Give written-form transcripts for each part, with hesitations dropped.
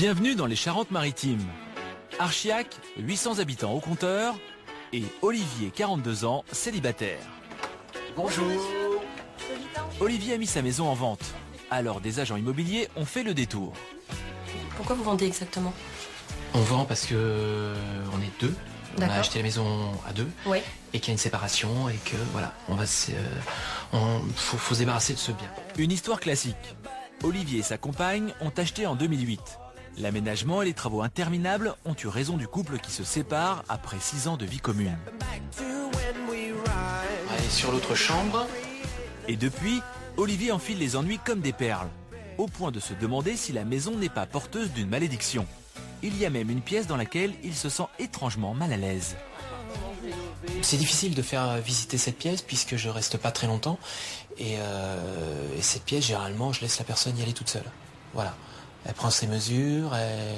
Bienvenue dans les Charentes-Maritimes. Archiac, 800 habitants au compteur, et Olivier, 42 ans, célibataire. Bonjour. Olivier a mis sa maison en vente. Alors des agents immobiliers ont fait le détour. Pourquoi vous vendez exactement? On vend parce que on est deux. On a acheté la maison à deux. Oui. Et qu'il y a une séparation et que voilà, faut se débarrasser de ce bien. Une histoire classique. Olivier et sa compagne ont acheté en 2008. L'aménagement et les travaux interminables ont eu raison du couple qui se sépare après 6 ans de vie commune. Allez, sur l'autre chambre. Et depuis, Olivier enfile les ennuis comme des perles, au point de se demander si la maison n'est pas porteuse d'une malédiction. Il y a même une pièce dans laquelle il se sent étrangement mal à l'aise. C'est difficile de faire visiter cette pièce puisque je reste pas très longtemps. Et cette pièce, généralement, je laisse la personne y aller toute seule. Voilà. Elle prend ses mesures,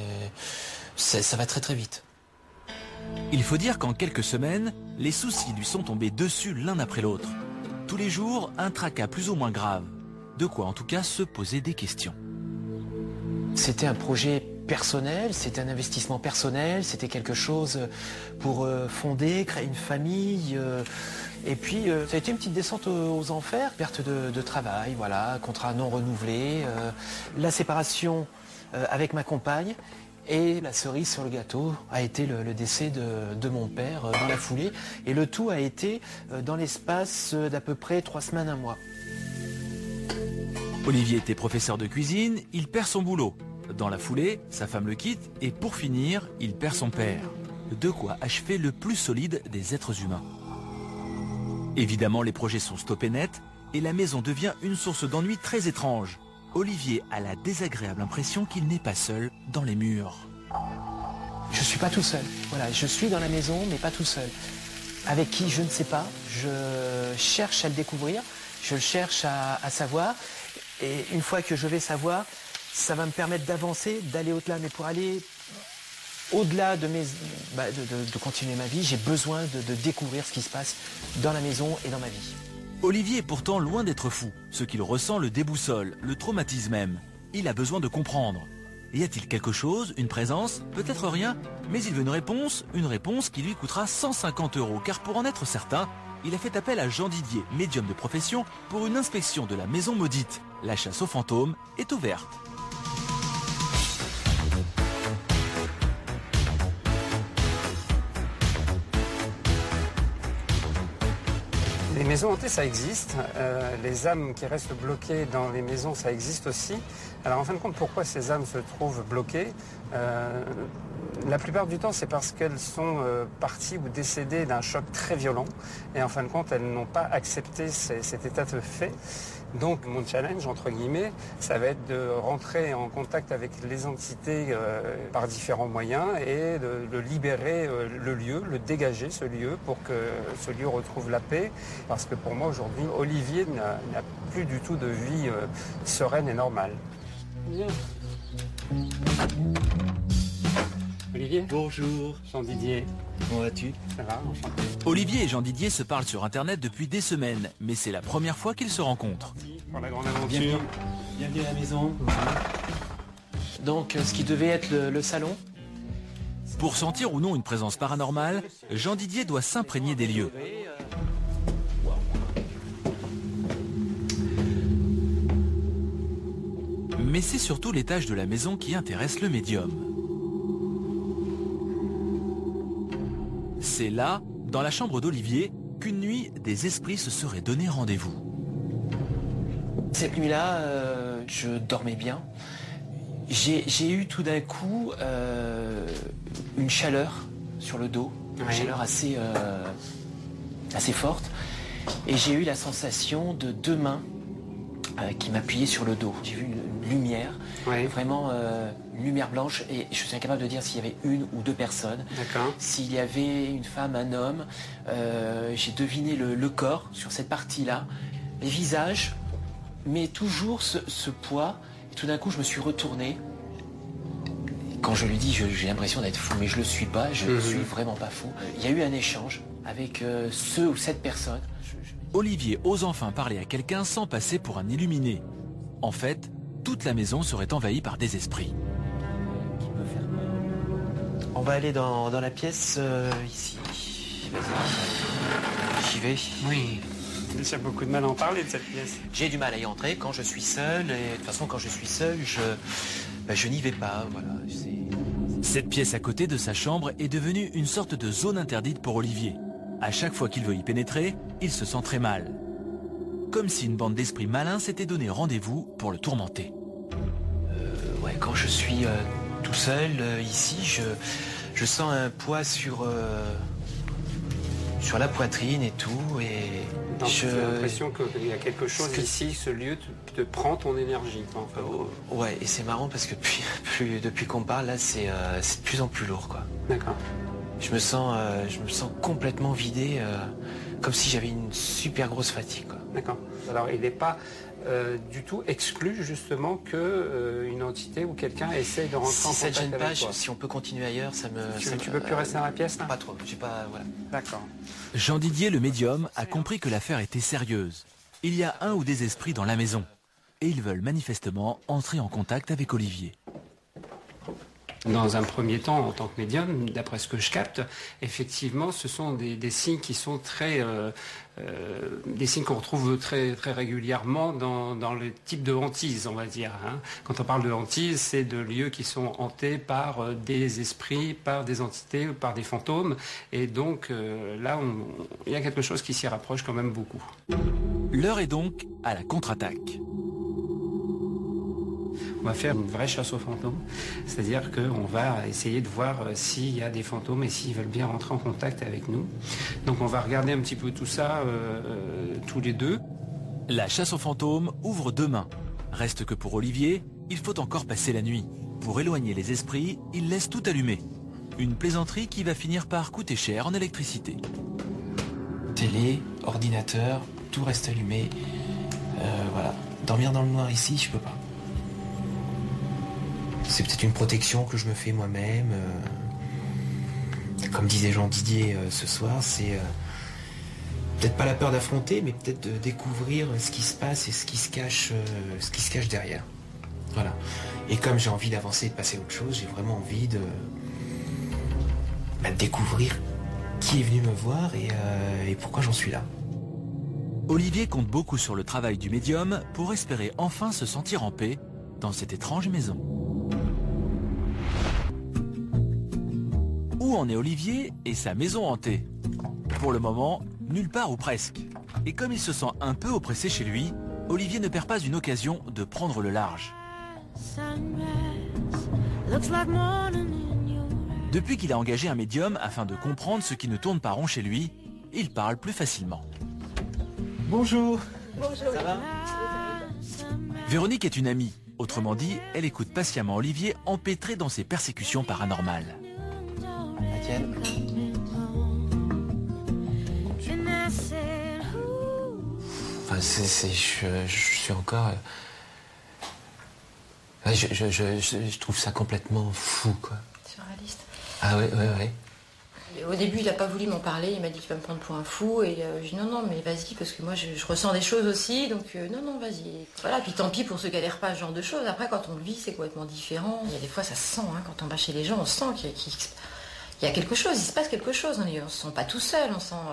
ça va très très vite. Il faut dire qu'en quelques semaines, les soucis lui sont tombés dessus l'un après l'autre. Tous les jours, un tracas plus ou moins grave. De quoi en tout cas se poser des questions. C'était un projet personnel, c'était un investissement personnel, c'était quelque chose pour fonder, créer une famille. Et puis ça a été une petite descente aux enfers, perte de travail, voilà, contrat non renouvelé, la séparation avec ma compagne. Et la cerise sur le gâteau a été le décès de mon père dans la foulée. Et le tout a été dans l'espace d'à peu près 3 semaines, 1 mois. Olivier était professeur de cuisine, il perd son boulot. Dans la foulée, sa femme le quitte et pour finir, il perd son père. De quoi achever le plus solide des êtres humains. Évidemment, les projets sont stoppés net et la maison devient une source d'ennui très étrange. Olivier a la désagréable impression qu'il n'est pas seul dans les murs. Je suis pas tout seul. Voilà, je suis dans la maison, mais pas tout seul. Avec qui, je ne sais pas. Je cherche à le découvrir. Je cherche à savoir. Et une fois que je vais savoir, ça va me permettre d'avancer, d'aller au-delà. Mais pour aller au-delà de continuer ma vie, j'ai besoin de découvrir ce qui se passe dans la maison et dans ma vie. Olivier est pourtant loin d'être fou. Ce qu'il ressent le déboussole, le traumatise même. Il a besoin de comprendre. Y a-t-il quelque chose, une présence? Peut-être rien, mais il veut une réponse qui lui coûtera 150 €, car pour en être certain, il a fait appel à Jean Didier, médium de profession, pour une inspection de la maison maudite. La chasse aux fantômes est ouverte. Les maisons hantées, ça existe. Les âmes qui restent bloquées dans les maisons, ça existe aussi. Alors en fin de compte, pourquoi ces âmes se trouvent bloquées? La plupart du temps, c'est parce qu'elles sont parties ou décédées d'un choc très violent. Et en fin de compte, elles n'ont pas accepté cet état de fait. Donc mon challenge, entre guillemets, ça va être de rentrer en contact avec les entités par différents moyens et de libérer le lieu, le dégager ce lieu pour que ce lieu retrouve la paix. Parce que pour moi aujourd'hui, Olivier n'a plus du tout de vie sereine et normale. Bien. Olivier. Bonjour. Jean Didier. Comment vas-tu? Ça va, enchanté. Olivier et Jean Didier se parlent sur Internet depuis des semaines, mais c'est la première fois qu'ils se rencontrent. Pour la grande aventure. Bienvenue à la maison. Donc, ce qui devait être le salon. Pour sentir ou non une présence paranormale, Jean Didier doit s'imprégner des lieux. Mais c'est surtout l'étage de la maison qui intéresse le médium. C'est là, dans la chambre d'Olivier, qu'une nuit, des esprits se seraient donné rendez-vous. Cette nuit-là, je dormais bien. J'ai eu tout d'un coup une chaleur sur le dos, une chaleur assez forte. Et j'ai eu la sensation de 2 mains qui m'appuyaient sur le dos. J'ai vu une lumière, vraiment une lumière blanche. Et je suis incapable de dire s'il y avait 1 ou 2 personnes. S'il y avait une femme, un homme. J'ai deviné le corps sur cette partie-là, les visages, mais toujours ce poids. Et tout d'un coup, je me suis retourné. Quand je lui dis, j'ai l'impression d'être fou, mais je le suis pas, je ne suis vraiment pas fou. Il y a eu un échange avec ce ou cette personne. Olivier ose enfin parler à quelqu'un sans passer pour un illuminé. En fait, toute la maison serait envahie par des esprits. va aller dans la pièce ici. Vas-y. J'y vais. Oui. J'ai beaucoup de mal à en parler de cette pièce. J'ai du mal à y entrer quand je suis seul. Et de toute façon, quand je suis seul, je n'y vais pas. Voilà. Cette pièce à côté de sa chambre est devenue une sorte de zone interdite pour Olivier. À chaque fois qu'il veut y pénétrer, il se sent très mal. Comme si une bande d'esprits malins s'était donné rendez-vous pour le tourmenter. Ouais, quand je suis tout seul ici, je sens un poids sur la poitrine et tout. Et j'ai l'impression qu'il y a quelque chose ici, ce lieu te prend ton énergie. Quoi, en fait. Ouais, et c'est marrant parce que depuis qu'on parle, là, c'est de plus en plus lourd, quoi. D'accord. Je me sens complètement vidé, comme si j'avais une super grosse fatigue, quoi. D'accord. Alors, il n'est pas du tout exclu, justement, qu'une entité ou quelqu'un essaye de rentrer en contact avec toi. Si ça ne gêne pas, si on peut continuer ailleurs, ça me... Tu peux plus rester dans la pièce, là ? Pas trop, voilà. D'accord. Jean Didier, le médium, a compris que l'affaire était sérieuse. Il y a un ou des esprits dans la maison. Et ils veulent manifestement entrer en contact avec Olivier. Dans un premier temps, en tant que médium, d'après ce que je capte, effectivement, ce sont des signes qui sont des signes qu'on retrouve très, très régulièrement dans le type de hantise, on va dire. Hein. Quand on parle de hantise, c'est de lieux qui sont hantés par des esprits, par des entités, par des fantômes. Et donc là, il y a quelque chose qui s'y rapproche quand même beaucoup. L'heure est donc à la contre-attaque. On va faire une vraie chasse aux fantômes, c'est-à-dire qu'on va essayer de voir s'il y a des fantômes et s'ils veulent bien rentrer en contact avec nous. Donc on va regarder un petit peu tout ça tous les deux. La chasse aux fantômes ouvre demain. Reste que pour Olivier, il faut encore passer la nuit. Pour éloigner les esprits, il laisse tout allumé. Une plaisanterie qui va finir par coûter cher en électricité. Télé, ordinateur, tout reste allumé. Voilà. Dormir dans le noir ici, je peux pas. C'est peut-être une protection que je me fais moi-même. Comme disait Jean Didier ce soir, c'est peut-être pas la peur d'affronter, mais peut-être de découvrir ce qui se passe et ce qui se cache derrière. Voilà. Et comme j'ai envie d'avancer et de passer à autre chose, j'ai vraiment envie de découvrir qui est venu me voir et pourquoi j'en suis là. Olivier compte beaucoup sur le travail du médium pour espérer enfin se sentir en paix dans cette étrange maison. Où en est Olivier et sa maison hantée? Pour le moment, nulle part ou presque. Et comme il se sent un peu oppressé chez lui, Olivier ne perd pas une occasion de prendre le large. Depuis qu'il a engagé un médium afin de comprendre ce qui ne tourne pas rond chez lui, il parle plus facilement. Bonjour. Bonjour. Ça va? Véronique est une amie. Autrement dit, elle écoute patiemment Olivier empêtré dans ses persécutions paranormales. Etienne. Enfin, je suis encore... Je trouve ça complètement fou, quoi. Surréaliste. Ah ouais. Et au début, il n'a pas voulu m'en parler, il m'a dit qu'il va me prendre pour un fou, et j'ai dit non, mais vas-y, parce que moi je ressens des choses aussi, donc non, vas-y. Voilà, puis tant pis pour ceux qui n'adhèrent pas à ce genre de choses. Après, quand on le vit, c'est complètement différent. Il y a des fois, ça se sent, hein, quand on va chez les gens, on sent qu'il y a quelque chose, il se passe quelque chose, on ne se sent pas tout seul, on sent...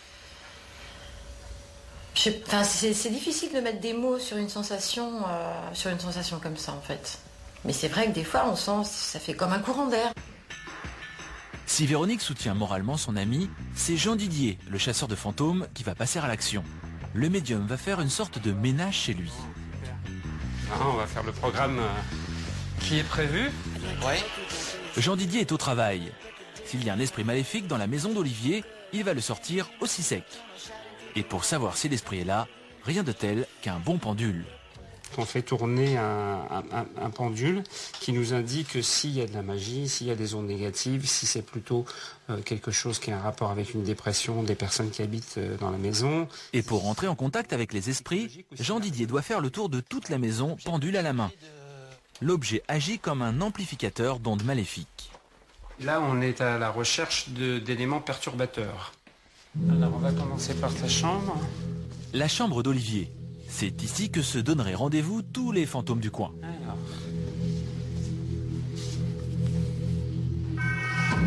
Enfin, c'est difficile de mettre des mots sur une sensation comme ça, en fait. Mais c'est vrai que des fois, on sent, ça fait comme un courant d'air. Si Véronique soutient moralement son ami, c'est Jean Didier, le chasseur de fantômes, qui va passer à l'action. Le médium va faire une sorte de ménage chez lui. On va faire le programme qui est prévu. Ouais. Jean Didier est au travail. S'il y a un esprit maléfique dans la maison d'Olivier, il va le sortir aussi sec. Et pour savoir si l'esprit est là, rien de tel qu'un bon pendule. On fait tourner un pendule qui nous indique s'il y a de la magie, s'il y a des ondes négatives, si c'est plutôt quelque chose qui a un rapport avec une dépression des personnes qui habitent dans la maison. Et pour rentrer en contact avec les esprits, Jean Didier doit faire le tour de toute la maison, pendule à la main. L'objet agit comme un amplificateur d'ondes maléfiques. Là, on est à la recherche d'éléments perturbateurs. Alors, on va commencer par ta chambre. La chambre d'Olivier. C'est ici que se donneraient rendez-vous tous les fantômes du coin. Alors.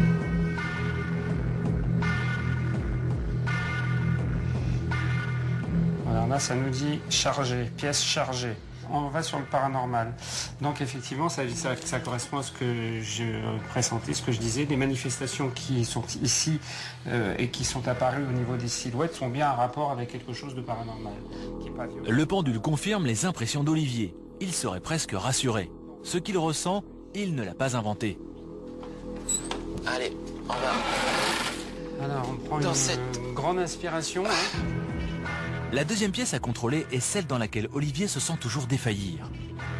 là, ça nous dit chargé, pièce chargée. On va sur le paranormal. Donc effectivement, ça correspond à ce que je pressentais, ce que je disais. Les manifestations qui sont ici et qui sont apparues au niveau des silhouettes sont bien en rapport avec quelque chose de paranormal. Qui est pas violent. Le pendule confirme les impressions d'Olivier. Il serait presque rassuré. Ce qu'il ressent, il ne l'a pas inventé. Allez, on va. Alors, on prend une grande inspiration. Hein. La deuxième pièce à contrôler est celle dans laquelle Olivier se sent toujours défaillir.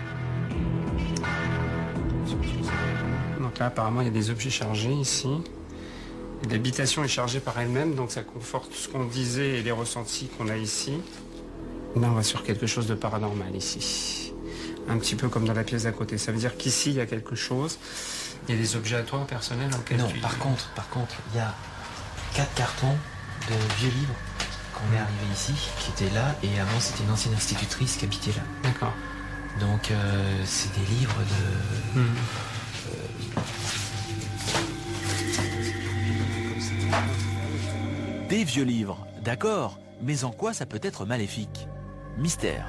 Donc là, apparemment, il y a des objets chargés ici. L'habitation est chargée par elle-même, donc ça conforte ce qu'on disait et les ressentis qu'on a ici. Là, on va sur quelque chose de paranormal ici. Un petit peu comme dans la pièce d'à côté. Ça veut dire qu'ici, il y a quelque chose. Il y a des objets à toi personnels auxquels Non, par contre, il y a 4 cartons de vieux livres qu'on est arrivé ici, qui étaient là, et avant c'était une ancienne institutrice qui habitait là. D'accord. Donc c'est des livres de... Des vieux livres, d'accord, mais en quoi ça peut être maléfique? Mystère.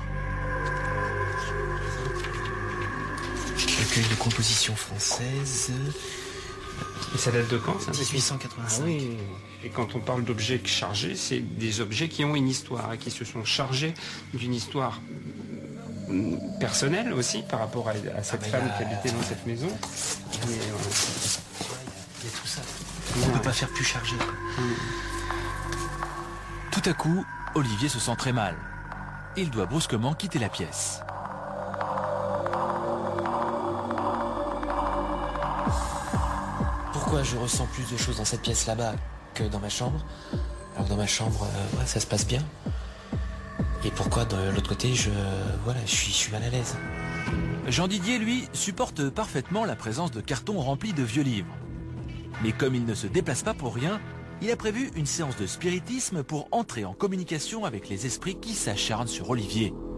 Recueil de composition française. Et ça date de quand ça? 1885. Ah oui. Et quand on parle d'objets chargés, c'est des objets qui ont une histoire et qui se sont chargés d'une histoire personnelle aussi par rapport à cette femme qui habitait dans cette maison. Il y a tout ça. On ne peut pas faire plus chargé. Tout à coup, Olivier se sent très mal. Il doit brusquement quitter la pièce. Pourquoi je ressens plus de choses dans cette pièce là-bas que dans ma chambre? Alors dans ma chambre, ça se passe bien. Et pourquoi de l'autre côté, je suis mal à l'aise. Jean Didier, lui, supporte parfaitement la présence de cartons remplis de vieux livres. Mais comme il ne se déplace pas pour rien, il a prévu une séance de spiritisme pour entrer en communication avec les esprits qui s'acharnent sur Olivier.